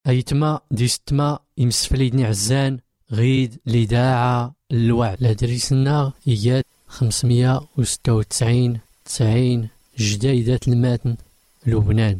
أيتما ديستما يمسفليدني عزان غيد الإذاعة الوعد لدريسنا إياد 596 90 جديدة الماتن لبنان.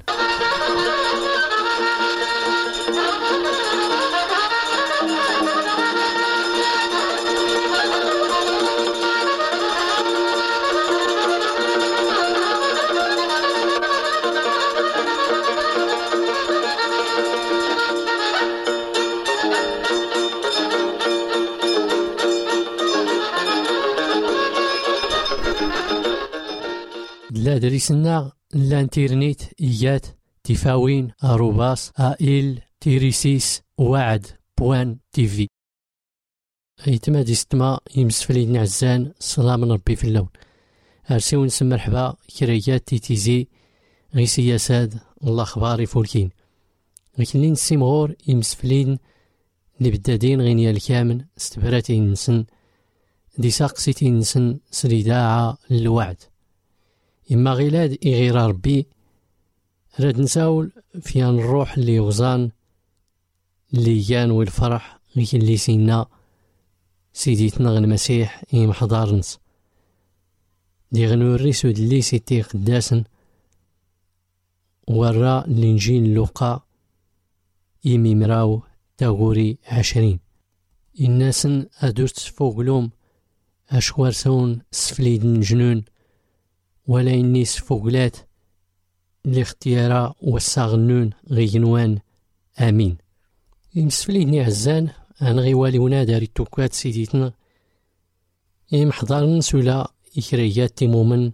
لا دريسنا الانترنت إيات تفاوين أروباس آئل تيريسيس وعد بوان تيفي. أيتما ديستما يمسفليدني عزان السلام ربي في اللون أرسيو نسم مرحبا كريات تيتيزي غي سياساد الله أخباري فولكين غيكلين السيمغور يمسفلين لبدادين غينيا الكامن استبراتي نسن دي ساقسيتي نسن سليداعة الوعد إما غيلاد إغير ربي راد نساول فيان الروح اللي وزان اللي جان والفرح غيك اللي سينا سيديتنا غن المسيح يمحضارنس دي غنوري سود اللي سيتي قداسن ورا الإنجيل لوقا إيمي مراو تاغوري 20 الناسن أدوست فوقلوم أشوار سون سفليدن جنون ولا إنيس فوقلات الاختيارا والساغنون غينوان آمين. يمسفليدني عزان أنا غيوالي وناداري توكات سيديتنا يمحضرن سولا إكريات تيمومن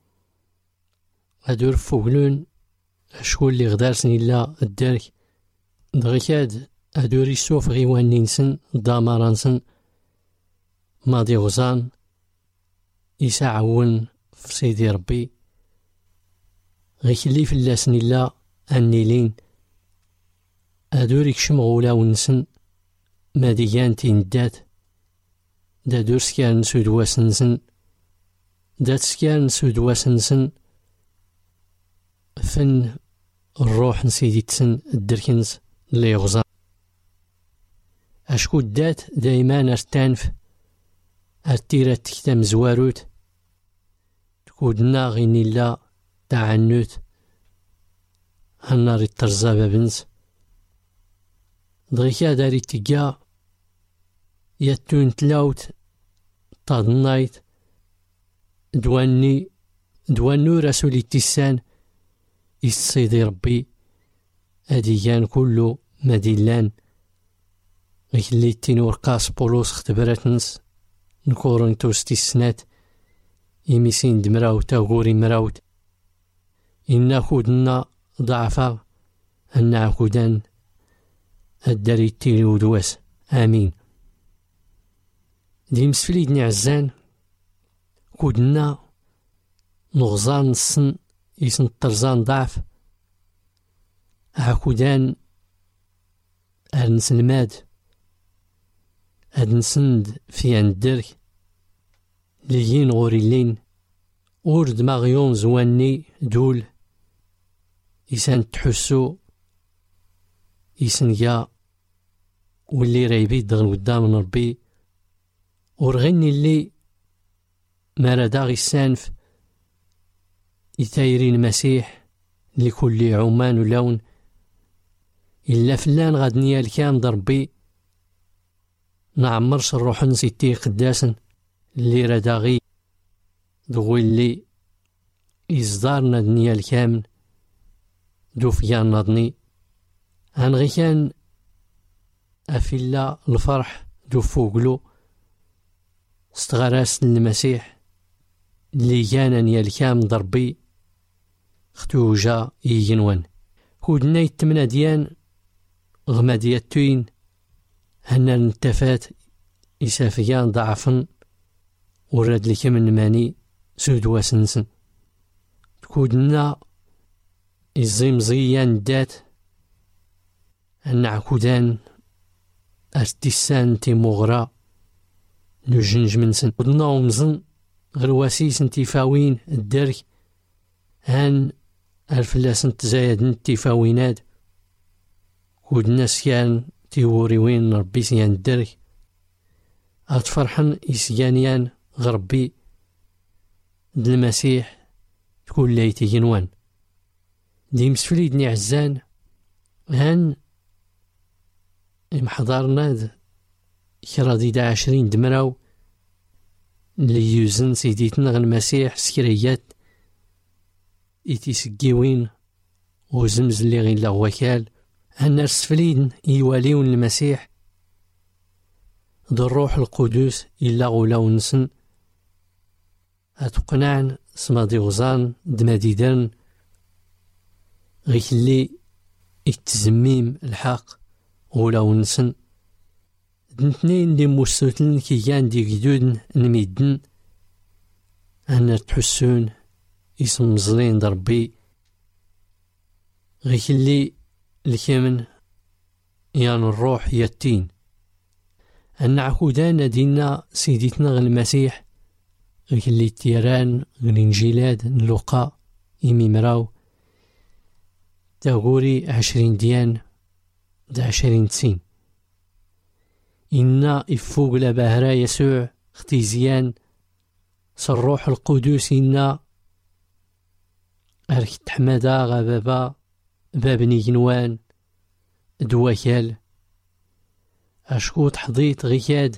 أدور فوقلون أشكول اللي غدارسن إلا الدارك دغيكاد أدور يسوف غيوان نينسن دامارانسن ماضي غزان يساعون في سيدي ربي غيكلي في اللاسن إلا النيلين أدوريك شمغولا ونسن ماديان تيندات دا دور سكان سودواسنسن دات سكان سودواسنسن فن الروح نسيدي تسن الدركنز اللي يغزان أشكو دات دايما أرتانف أرتيرات تكتام زواروت تكودنا غيني لا تعنوت هنار الترزابة بنز دغيكا داري تيجا يتون تلاوت تاضنايت دوانو رسولي تيسان يسيدي ربي أديان كله مديلان غيكلي تينور قاس بولوس اختبراتنس نكورنتوس تيسنات يميسين دمراوت تاغوري مراوت إنا خودنا ضعفا أن عكودان الداري تيلو دواس آمين. دي مسفليدني عزان كودنا نغزان السن يسن الطرزان ضعف عكودان أرنسلماد أدنسند في عندرك ليين غوريلين ورد ماغيون زواني دول يسان تحسو يسنجا واللي رايبي دغن قدام ربي ورغني اللي مارادا غيسانف يتايرين مسيح لكل عمان ولون إلا فلان غادنيا الكام ضربي نعمرش الروح نسيتي قداسن اللي رداغي دغوي اللي إصدارنا دنيا الكامن دو فيان نضني هنغي كان أفلا الفرح دو فوقلو استغراس المسيح اللي كان يالكام ضربي ختوجا يجنوان كودنا يتمنى ديان غمادياتوين هنا نتفات إسافيان ضعفن وراد لك من ماني سود واسنسن كودنا الزيمزيان دات النعكودان أرتسان تيمغرا نجنج منسن كودنا ومزن غرواسيس انتفاوين الدرك هان الفلاس انتزايد انتفاويناد ود الناس كان تيوري وين ربي سيان الدرك أتفرحن إسيانيان غربي د المسيح تكون لايتي جنوان دي مسفليدني عزان هان محضرنا كرا دي 20 دمراو اللي يوزن سيديتنا غ المسيح سكريات إتيسقيوين وزمز اللي غير لغوكال هان سفليدن يواليون المسيح ذو الروح القدس إلا غولاو نسن أتقنعن سمادي غزان دماديدان غيك اللي التزميم الحق غولاو نسن دنتنين دي مستوتلن كي كان دي جدود نميدن أنا تحسون اسم مزلين دربي غيك اللي الكامن يان الروح يتين أن عكودان دينا سيدتنا غ المسيح غيك اللي تيران غ الإنجيلات نلقى إمي مراو تاغوري 20 ديان 20 تسين إنا إفوق لبهرا يسوع اختيزيان صروح القدوس إنا أركت حمدا غبابا بابني جنوان دواكال أشكو تحضيت غيكاد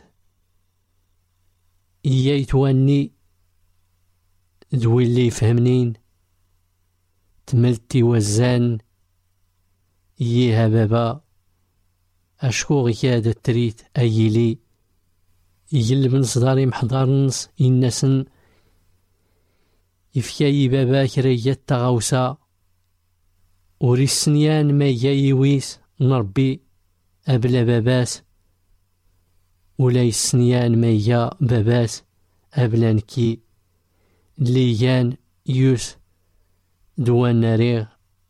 إياي تواني دوي اللي فهمنين تملتي وزان إيها بابا أشكو غيكاد التريت أيلي يجل من صداري محضرنس إنسن إفكاي بابا كريات تغوسا وريسنيان ما يايويس نربي أبلا باباس ولا يسنيان ما يا باباس أبلانكي ليان يوس دوان ناريغ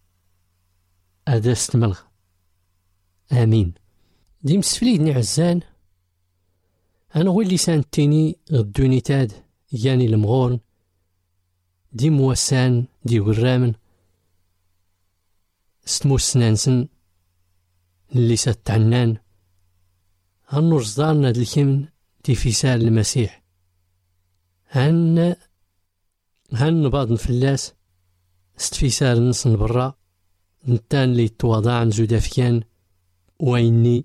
أدست ملغ آمين. دي مسفليدني عزان أنا هو اللي سانتيني غدوني تاد ياني المغورن دي موسان دي قرامن ستمو سنانسن اللي ستعنان هنو رصدارنا د الكمن تيفيسال المسيح هن بعض نفلاس ستفيسال نصن برا نتان لي تواضع نزود أفكان ويني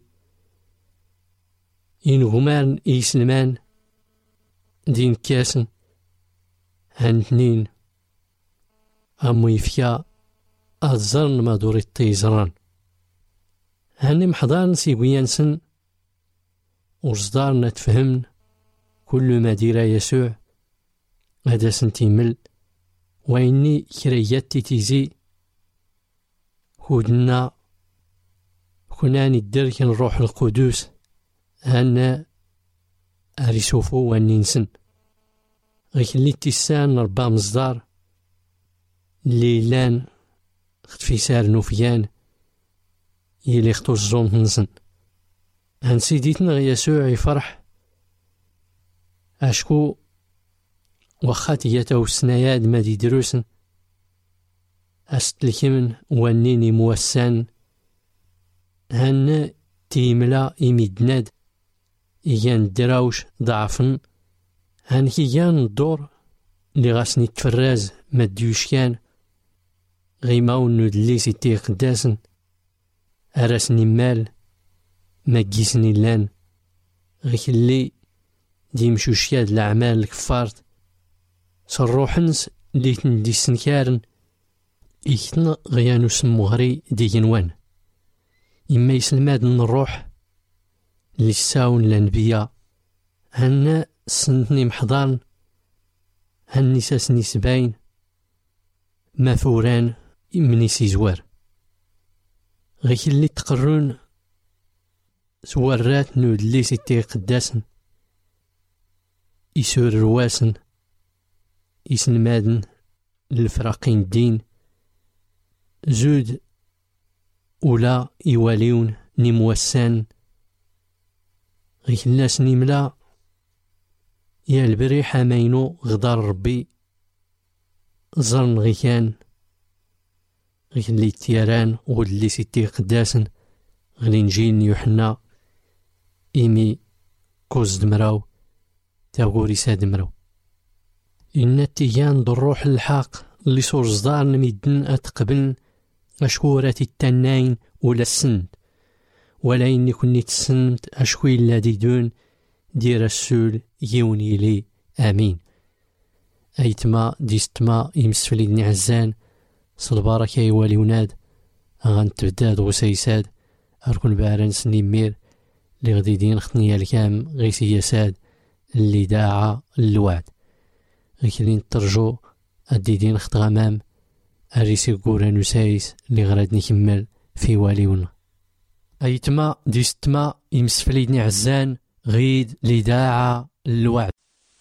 إنغمان إيسلمان دين كاسن هنتنين أمو يفيا أزرن ما دور الطيزران هني محضان سيبويانسن وصدارنا تفهمن كل ما دير يسوع هذا سنتيمل وإني كريات تيزي هودنا كناني الدرك الروح القدوس هنا أريسوفو وانينسن غيك اللي تيسان 4 مصدار ليلان في سار نوفيان يلي خطو الزوم نسن هن سيديتنا يسوع يفرح أشكو وخاتي يتو السناياد ما دي دروسن أستلكمن وانيني موسان هن تيملا إميدناد إيان دراوش ضعفن هن كيان الدور اللي غاسني تفراز ما ديوش كان غيماون نودلي سيتي قداسن أراسني مال ما جيسني لان غيك اللي دي مشوشياد الأعمال الكفارت صروحنس اللي تندي سنكارن إيكتنا غيانو سموغري دي جنوان إما يسلماد من الروح اللي ساون الأنبياء هن سنتني محضان هن نساسني سباين ما فوران مني سيزوار غيك اللي تقرون سوارات نود اللي سيتي قداسن يسور رواسن يسنمادن للفراقين الدين زود ولا يواليون نموسان غيك الناس نملا يا البريحة ماينو غدار ربي زرن غيكان غيك اللي تيران واللي سيتي قداسن غلينجيل يوحنا إيمي كوز دمراو تاغوري سادمراو إن التيان الروح الحق اللي صور صدار نميدن أتقبل أشكورة التنين ولا السند ولا إني كنت السند أشكوي الذي دون دير السول يوني لي آمين. أيتما ديستما يمسفلي دني عزان صلبارك يوالي وناد غنتبداد وسيساد أركن بارن سني مير اللي غدي دين خطني الكام غيسي يساد اللي داعى الوعد غيكلين ترجو أدي دين خط غمام أريسي قوران وسايس اللي غراد نكمل في واليونا. أيتما ديستما يمسفلي دني عزان غيد اللي داعى الوعد.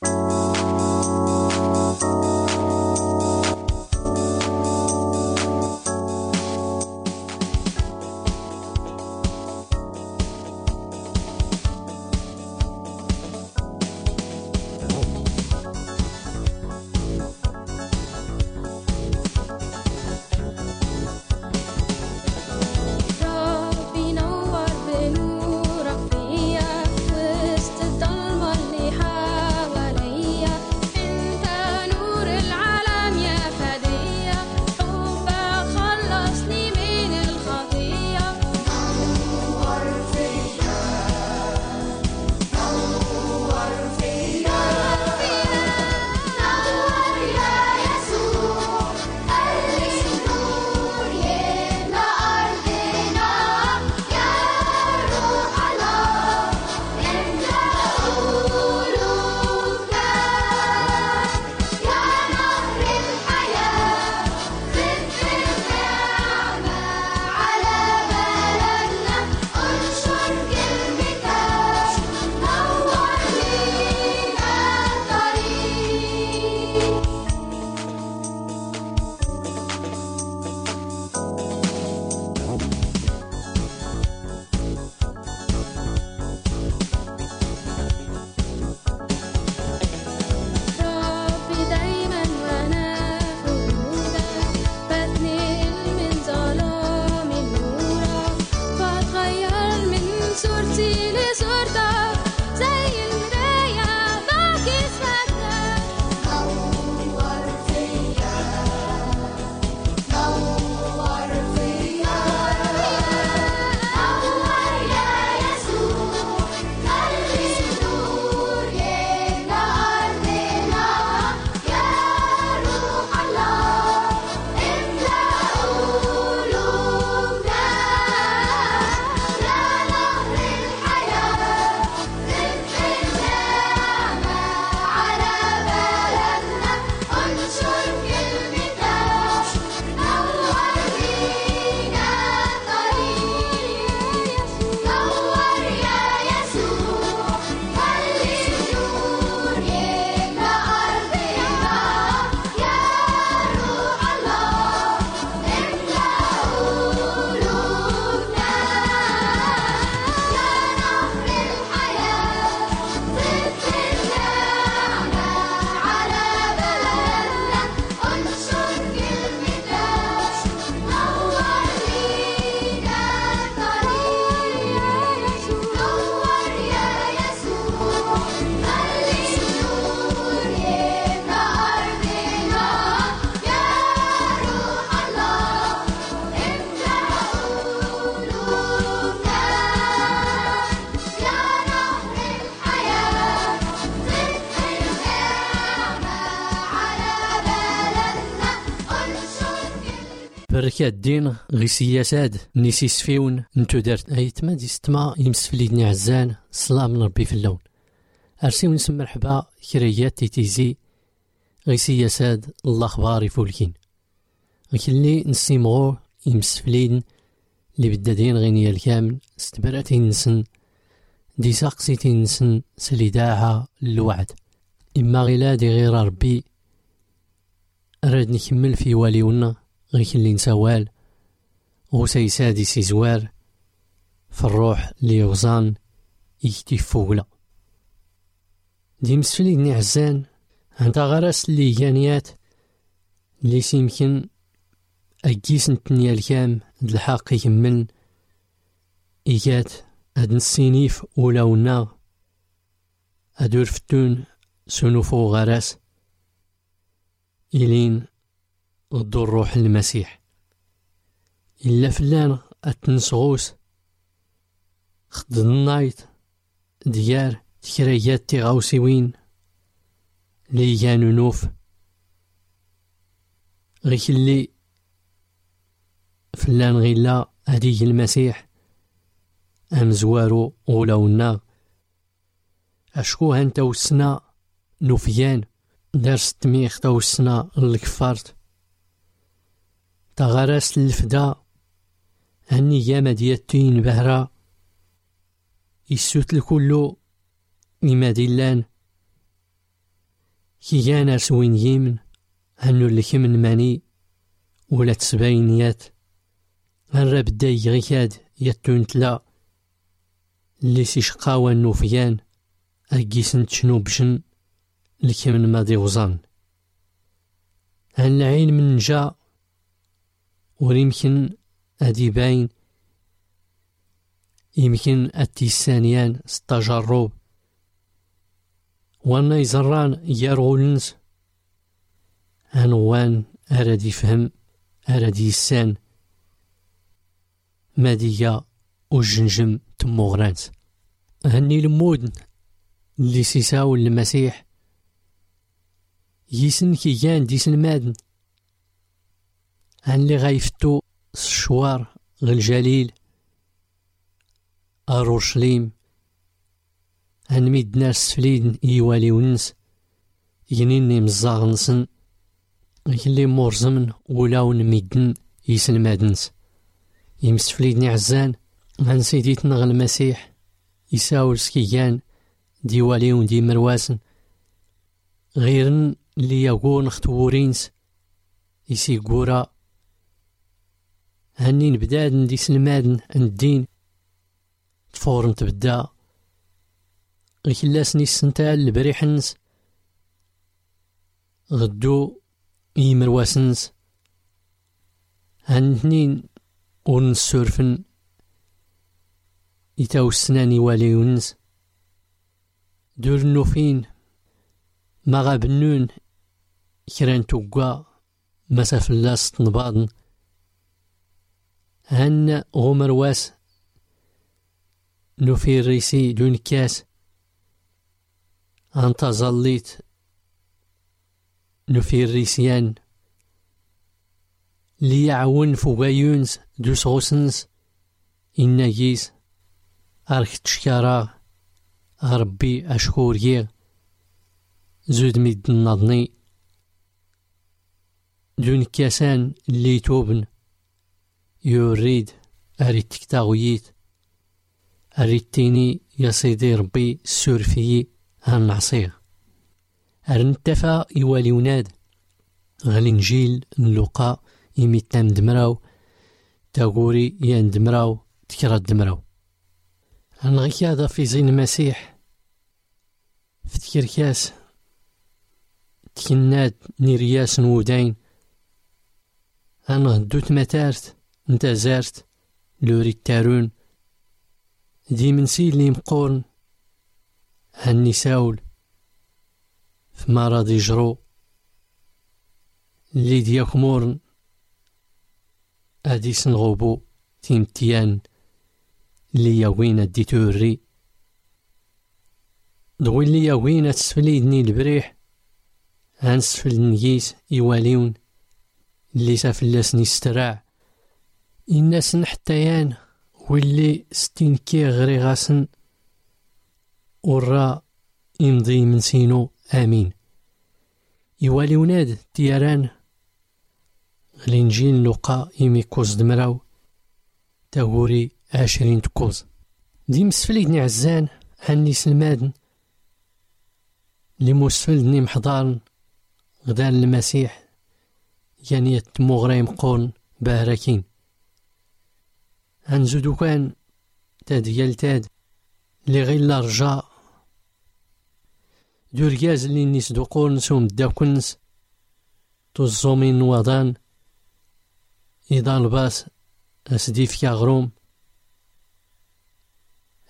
بركة الدين غي سياساد نيسي سفيون نتو دارت أيتما ديستما يمسفليدني عزان صلاة من ربي في اللون أرسي ونسم مرحبا كريات تيتيزي غي سياساد الله خبار يفولكين غيكلي نسيمغو يمسفليدن اللي بدادين غينيا الكامل استبراتين نسن دي ساقسيتين نسن سليداها الوعد إما غيلا دي غير ربي أراد نكمل في واليونا غيكلي نسوال غسيسادي سيزوار في الروح اللي يغزان يكتف فوقلا دي مسفليدني عزان هانتا غرس اللي جانيات اللي سيمكن أجيس نتنيا الكام د الحق يكمل إيجات هاد السينيف ولاونا أدور فتون سنوفو غراس إلين غدو الروح المسيح إلا فلان أتنسغوس خد النايت ديار تكريات تيغاوسيوين لي كانو نوف غيك اللي فلان غيلا هديك المسيح أمزوارو ولاونا أشكو هانتا وسنا نوفيان دار 600 وسنا الكفارت تغرس الفدا هني ياما ديالتين بهرا يسوت الكلو إما ديلان كي كان سوين يمن هنو لك من ماني ولا تسباينيات هنرا بداي غيكاد يتون تلا اللي سيشقاوى النوفيان أجيسن تشنو بشن لك من مادي وزان هن العين من جا ويمكن أدي باين يمكن التيسانيان ستجرب وانا يزران يارغولنس هنوان أراد يفهم أراد يسان مادية وجنجم تموغرانس هني المودن اللي سيساو المسيح يسن كي كان ديسن مادن هن اللي غايفتو الشوار غالجليل أورشليم هن ميد ناس فليدن يوالي ونس ينيني مزاغنسن اللي مورزمن ولاون ميدن يسن مادنس يمسفليدني عزان هن سيديتنا غا المسيح يساول سكيان ديواليون دي مرواسن غيرن اللي يقول نختورينس يسيقورا هني نبداد ندي سلمادن الدين تفورن تبدا غيكلاسني السنتال البريحنس غدو يمرواسنس هنتنين ونسورفن يتاو السناني واليونس دور النوفين ما غابنون كران توقع مسافة لاس تنباضن هن غمرواس نوفي الريسي دون كاس أنت ظليت نوفي الريسيان ليعون فوقايونس دوس غوسنس إنا جيس أرك تشكارا ربي أشكور يغ زود ميد النضني دون كاسان اللي توبن يريد أريد تكتاغيت أريد تيني يا سيدي ربي السورفي هالنعصيغ أرنتفا يوالي وناد غالنجيل نلقى يميتام دمراو تاغوري يان دمراو تكرا دمراو هنغيك هذا في زين المسيح في تكركاس تكناد نيرياس نودين هنغدو تمتارت نتا زارت لوري التارون دي من سيلي مقورن هني ساول في مرض يجرو اللي دياك مورن ادي سنغوبو تيمتيان اللي ياوين الديتوري دوي اللي ياوين تسفليدني البريح هنسفل نجيس يواليون اللي سافلاسني استراع الناس نحتيان واللي 60 كي غري غاسن ورا يمضي من سينو امين يوالي وناد تياران الانجيل لقا يميكوز دمراو تاغوري 20 تكوز دي مسفليدني عزان هني سلمادن اللي مسفلدني محضارن غدان المسيح يعني يتمغريم قون باهراكين هنزودو كان تاد يالتاد اللي غير لارجا دورجاز اللي نيس دوقون سوم داكنس توزومين نوضان إذا الباس أسديف كاغروم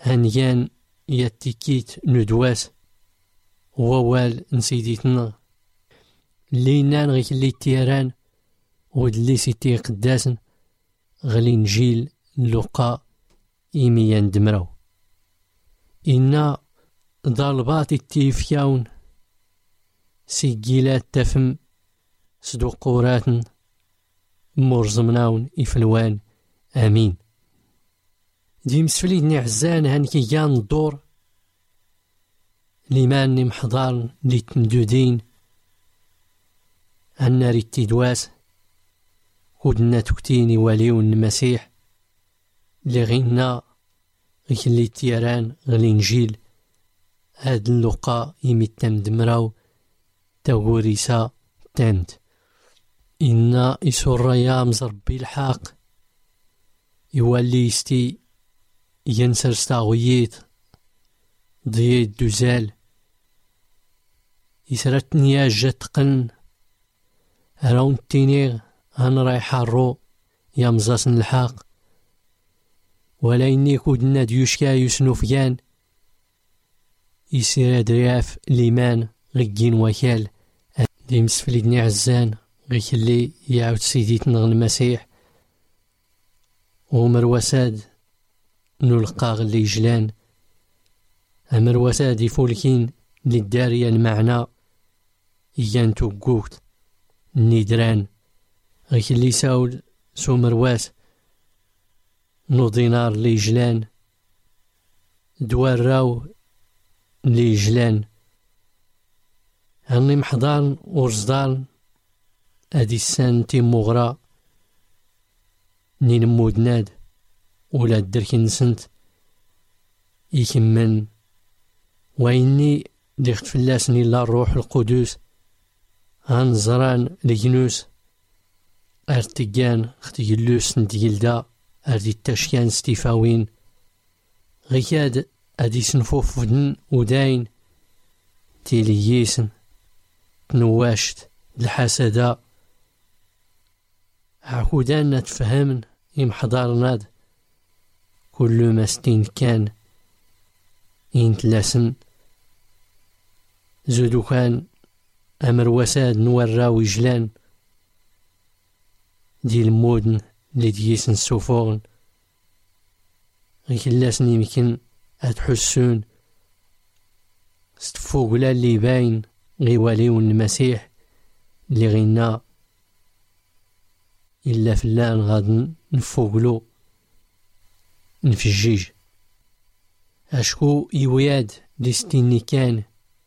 هنيان يتكيت ندواس ووال نسيديتنا لينان غيك اللي تيران ودلي سيتي قداسن غلي نجيل لقا إيميان دمراو إنا ضالبات التيفياون سجيلات تفم صدوقورات مرزمناون إفلوان آمين. دي مسفليدني عزان هانكي جان الدور لماني محضار لي تمدودين النار التدواس ودنا تكتيني واليون المسيح اللي غينا غيك اللي تيران غلي نجيل هاد اللقاء يمتم دمراو تاوريسا تامت إنا إسر يامز ربي الحق يولي يستي ينسر ستاغويت ضيت دوزال يسرتني يا جتقن راون تينيغ هن رايحة الرو يامزاسن الحق ولا إني كودنا ديوشكا يسنوفيان يسير درياف ليمان غيين وكال دي مسفليدني عزان غيك اللي يعود سيديتنا المسيح ومروساد نلقى غلي جلان مروساد يفولكين للدارية المعنى إيان توقوت الندران غيك اللي ساول سو مرواس نو دينار لي جلان دوار راو لي جلان هني محضان ورزدان ادي السان تيم مغرا نين مودناد ولا الدرك نسنت يكمن وإني ديخت فلاسني لا الروح القدس هنزران لجنوس ارتقان اختيلوس نديلدا اردي التشكان ستيفاوين غياد ادي سنفوف ودن وداين تيلييسن تنواشت الحسدة عقودان نتفهمن يمحضرناد كل ما ستين كان ينتلاسن زودو كان أمر وساد نوراوي جلان دي المودن لديسن سوفورن غيكلاسن يمكن أتحسون ستفوقلا اللي باين غيواليون المسيح اللي غينا إلا فلان غاد نفوقلو نفجيج أشكو يوياد دي ستيني كان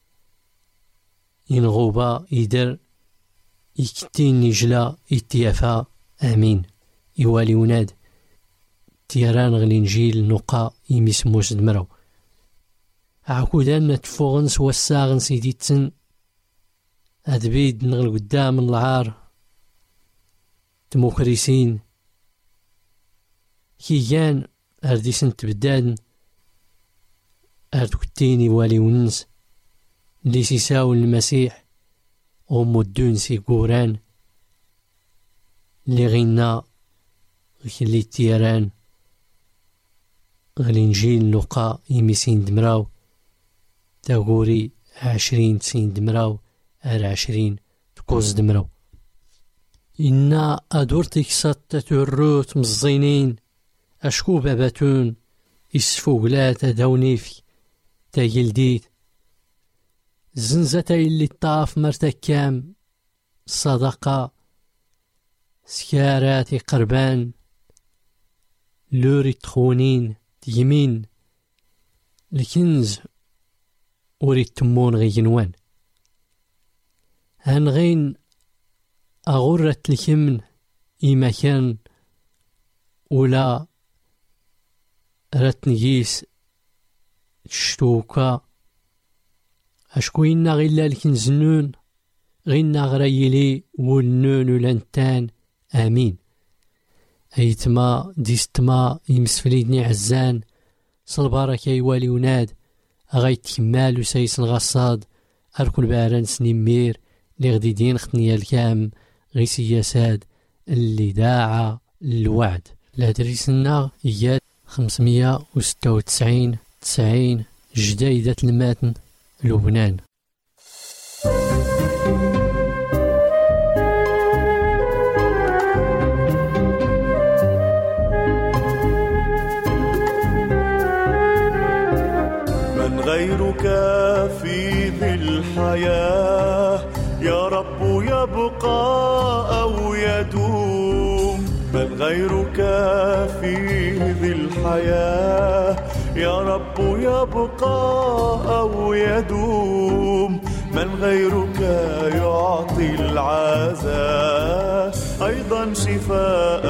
ينغوبا يدر يكتين نجلا يتيافا آمين يوالي وناد تيران غلي نجيل نقا يمسموس دمرو عكودان نتفوغن سوا الساغن سيديتسن أدبيد نغل قدام العار تموكريسين كيان أرديسن تبدادن أردكتيني والي ونس اللي سيساول المسيح ومدون سيقوران اللي غينا اللي تيران غلي نجيل لقا يمسين دمراو تاغوري 20 سين دمراو 20 تقوز دمراو إنا أدورتك ستة الروت مزينين أشكو باباتون إسفوغلات دونيفي تاجلديت زنزتي اللي طاف مرتكام صدقة سكاراتي قربان لوري تخونين يمين الكنز وريد تمون غينوان هنغين أغرت الكمن إما كان ولا رتنجيس شتوكا أشكو إنا غيلا الكنزنون غينا غريلي والنون ولانتان آمين أيتما ديستما يمسفليدني عزان صلبارك يوالي وناد أغايت كمال وسايس الغصاد أركن باران سنمير لغديدين ختنيا الكام غي سياساد اللي داعا الوعد لا دريسنا إياد 596 90 جديدة الماتن لبنان. من غيرك في ذي الحياة يا رب يبقى أو يدوم. من غيرك في ذي الحياة يا رب يبقى أو يدوم. من غيرك يعطي العزاء أيضا شفاء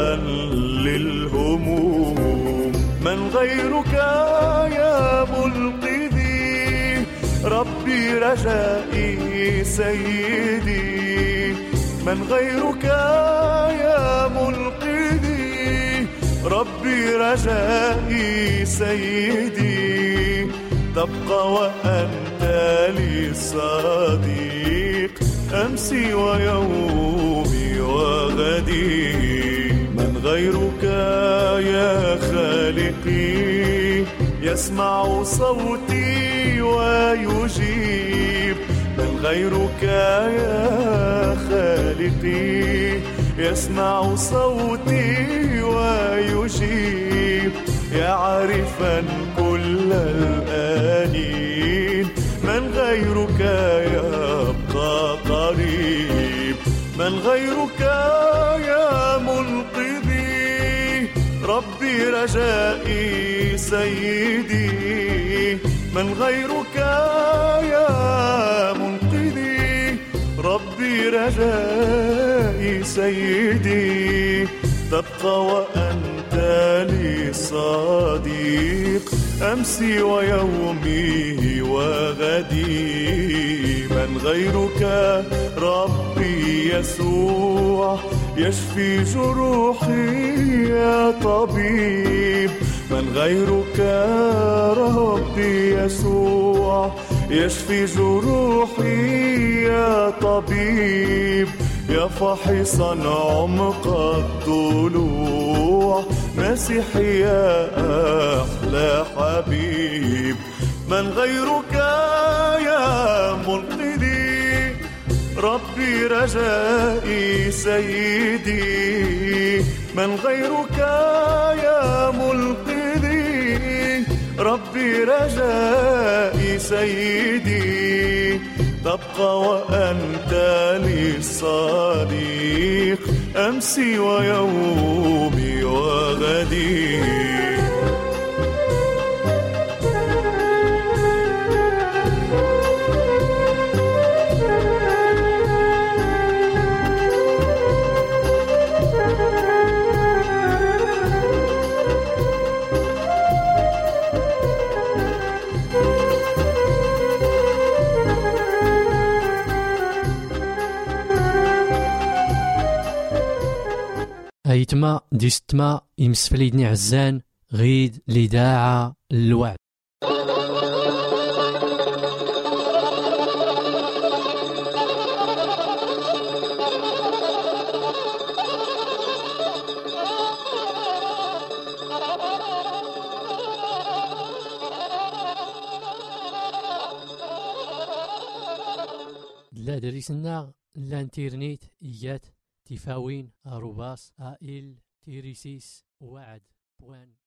للهموم. من غيرك يا منقذي ربي رجائي سيدي. من غيرك يا منقذي ربي رجائي سيدي. تبقى وأنت لي صديق أمسي ويومي وغدي. من غيرك يا خالقي يسمع صوتي ويجيب. من غيرك يا خالقي يسمع صوتي ويجيب. يعرفا كل الآنين من غيرك يبقى قريب. من غيرك يا منقذي ربي رجائي سيدي. من غيرك يا منقذي ربي رجائي سيدي. تبقى وأنت لي صديق أمسي ويومي وغدي. من غيرك ربي يسوع يشفي جروحي يا طبيب. من غيرك ربي يسوع يشفي جروحي يا طبيب. يا فاحصا عمق الضلوع مسيحي يا أحلى حبيب. من غيرك يا منقذي ربي رجائي سيدي. من غيرك يا منقذي ربي رجائي سيدي. تبقى وأنت لي صديق أمسي ويومي وغدي. أيتما ديستما يمسفليدني عزان غيد لداعة الوعد. لا دريسنا لا انترنت إيات تفاوين أروباس آئل تيريسيس وعد بوان